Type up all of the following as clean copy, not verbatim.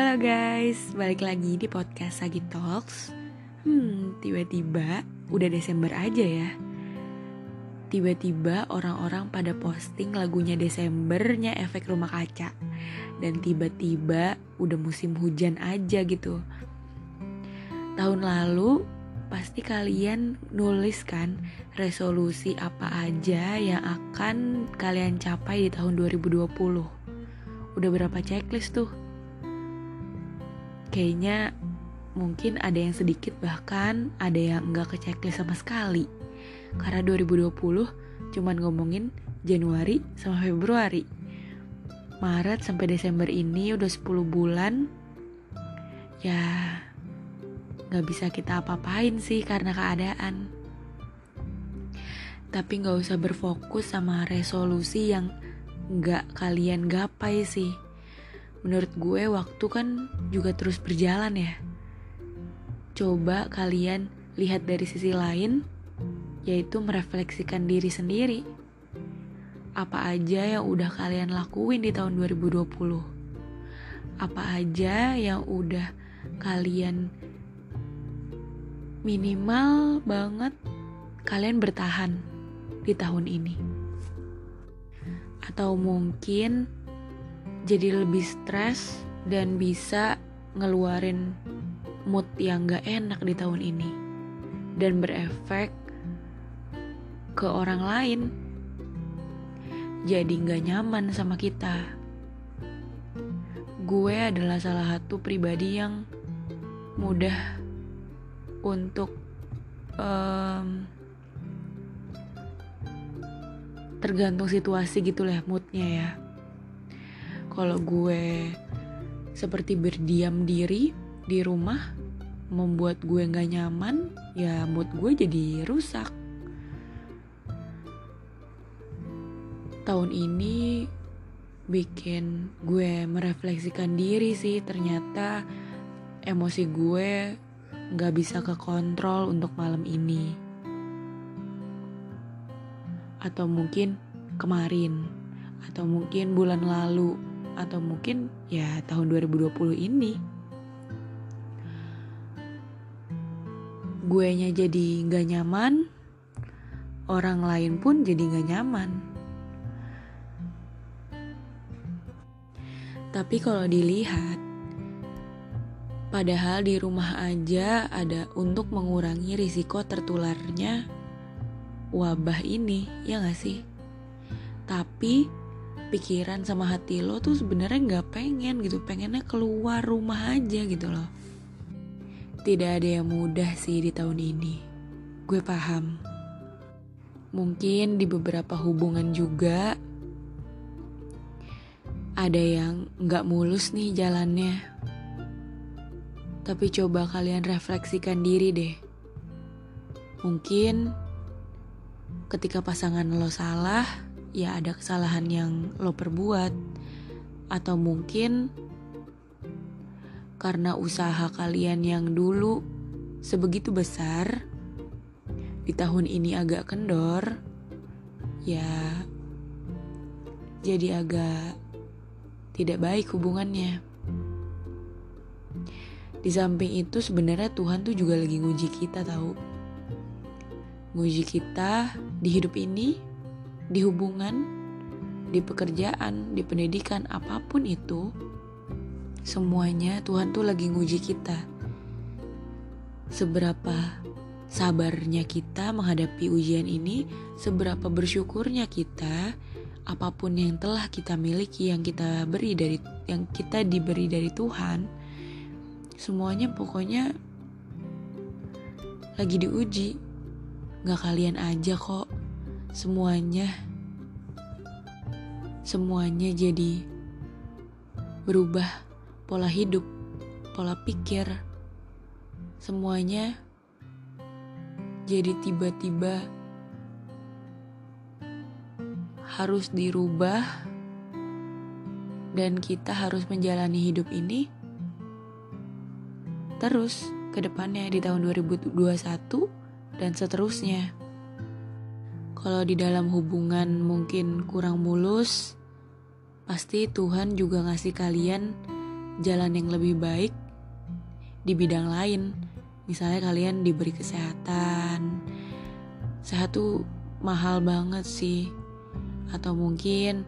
Halo guys, balik lagi di podcast Sagi Talks. Tiba-tiba udah Desember aja ya. Tiba-tiba orang-orang pada posting lagunya Desembernya Efek Rumah Kaca. Dan tiba-tiba udah musim hujan aja gitu. Tahun lalu pasti kalian nulis kan resolusi apa aja yang akan kalian capai di tahun 2020. Udah berapa checklist tuh? Kayaknya mungkin ada yang sedikit, bahkan ada yang enggak ke checklist sama sekali. Karena 2020 cuman ngomongin Januari sama Februari. Maret sampai Desember ini udah 10 bulan. Ya gak bisa kita apa-apain sih karena keadaan. Tapi gak usah berfokus sama resolusi yang gak kalian gapai sih. Menurut gue waktu kan juga terus berjalan ya. Coba kalian lihat dari sisi lain, yaitu merefleksikan diri sendiri. Apa aja yang udah kalian lakuin di tahun 2020? Apa aja yang udah kalian minimal banget kalian bertahan di tahun ini? Atau mungkin jadi lebih stres dan bisa ngeluarin mood yang gak enak di tahun ini dan berefek ke orang lain, jadi gak nyaman sama kita. Gue adalah salah satu pribadi yang mudah untuk tergantung situasi gitu lah moodnya ya. Kalau gue seperti berdiam diri di rumah membuat gue gak nyaman, ya mood gue jadi rusak. Tahun ini bikin gue merefleksikan diri sih. Ternyata emosi gue gak bisa kekontrol untuk malam ini. Atau mungkin kemarin, atau mungkin bulan lalu, atau mungkin ya tahun 2020 ini. Guenya jadi gak nyaman, orang lain pun jadi gak nyaman. Tapi kalau dilihat, padahal di rumah aja ada untuk mengurangi risiko tertularnya wabah ini, ya gak sih? Tapi pikiran sama hati lo tuh sebenarnya gak pengen gitu, pengennya keluar rumah aja gitu loh. Tidak ada yang mudah sih di tahun ini, gue paham. Mungkin di beberapa hubungan juga ada yang gak mulus nih jalannya. Tapi coba kalian refleksikan diri deh. Mungkin ketika pasangan lo salah, ya ada kesalahan yang lo perbuat. Atau mungkin karena usaha kalian yang dulu sebegitu besar, di tahun ini agak kendor, ya jadi agak tidak baik hubungannya. Di samping itu sebenarnya Tuhan tuh juga lagi nguji kita tahu. Nguji kita di hidup ini, di hubungan, di pekerjaan, di pendidikan, apapun itu, semuanya Tuhan tuh lagi nguji kita. Seberapa sabarnya kita menghadapi ujian ini, seberapa bersyukurnya kita apapun yang telah kita miliki, yang kita diberi dari Tuhan, semuanya pokoknya lagi diuji. Gak kalian aja kok, semuanya jadi berubah pola hidup, pola pikir, semuanya jadi tiba-tiba harus dirubah, dan kita harus menjalani hidup ini terus ke depannya di tahun 2021 dan seterusnya. Kalau di dalam hubungan mungkin kurang mulus, pasti Tuhan juga ngasih kalian jalan yang lebih baik di bidang lain. Misalnya kalian diberi kesehatan. Sehat tuh mahal banget sih. Atau mungkin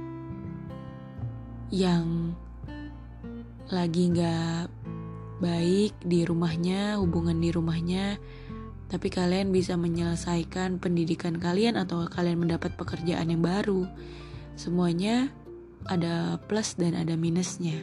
yang lagi gak baik di rumahnya, hubungan di rumahnya, tapi kalian bisa menyelesaikan pendidikan kalian atau kalian mendapat pekerjaan yang baru. Semuanya ada plus dan ada minusnya.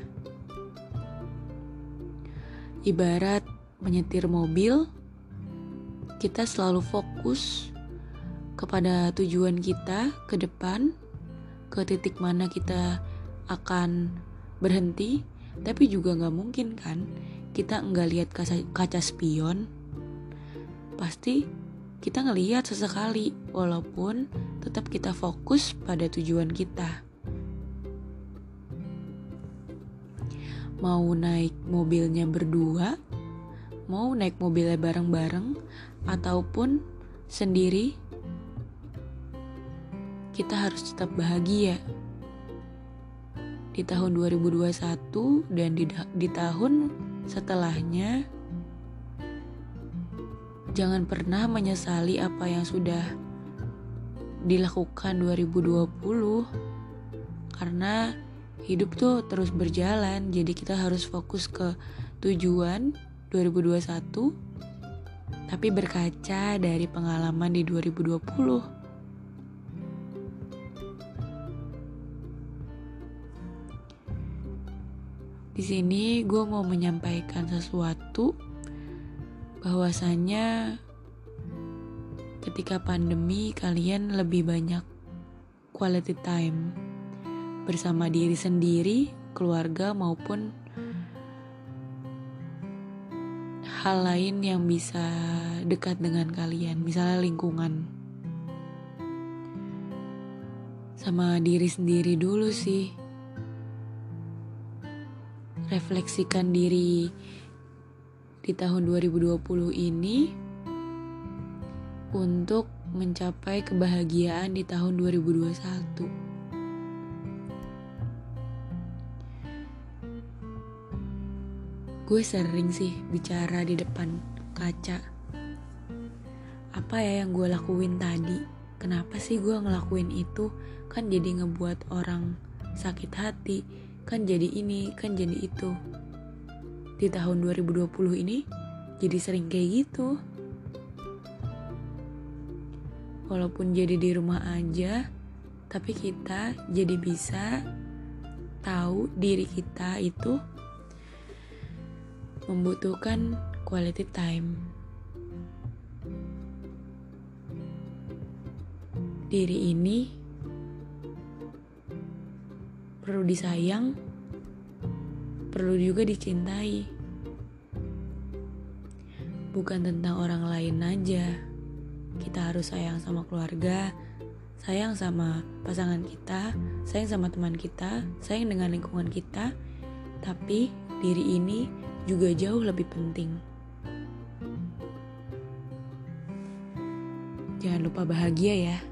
Ibarat menyetir mobil, kita selalu fokus kepada tujuan kita ke depan, ke titik mana kita akan berhenti. Tapi juga gak mungkin kan kita nggak lihat kaca spion. Pasti kita ngelihat sesekali, walaupun tetap kita fokus pada tujuan kita. Mau naik mobilnya berdua, mau naik mobilnya bareng-bareng, ataupun sendiri, kita harus tetap bahagia. Di tahun 2021 dan di tahun setelahnya, jangan pernah menyesali apa yang sudah dilakukan 2020. Karena hidup tuh terus berjalan, jadi kita harus fokus ke tujuan 2021, tapi berkaca dari pengalaman di 2020. Di sini gue mau menyampaikan sesuatu, bahwasanya ketika pandemi kalian lebih banyak quality time bersama diri sendiri, keluarga, maupun hal lain yang bisa dekat dengan kalian, misalnya lingkungan. Sama diri sendiri dulu sih. Refleksikan diri di tahun 2020 ini untuk mencapai kebahagiaan di tahun 2021. Gue sering sih bicara di depan kaca. Apa ya yang gue lakuin tadi? Kenapa sih gue ngelakuin itu? Kan jadi ngebuat orang sakit hati. Kan jadi ini, kan jadi itu. Di tahun 2020 ini jadi sering kayak gitu. Walaupun jadi di rumah aja, tapi kita jadi bisa tahu diri kita itu membutuhkan quality time. Diri ini perlu disayang, perlu juga dicintai. Bukan tentang orang lain aja. Kita harus sayang sama keluarga, sayang sama pasangan kita, sayang sama teman kita, sayang dengan lingkungan kita. Tapi diri ini juga jauh lebih penting. Jangan lupa bahagia ya.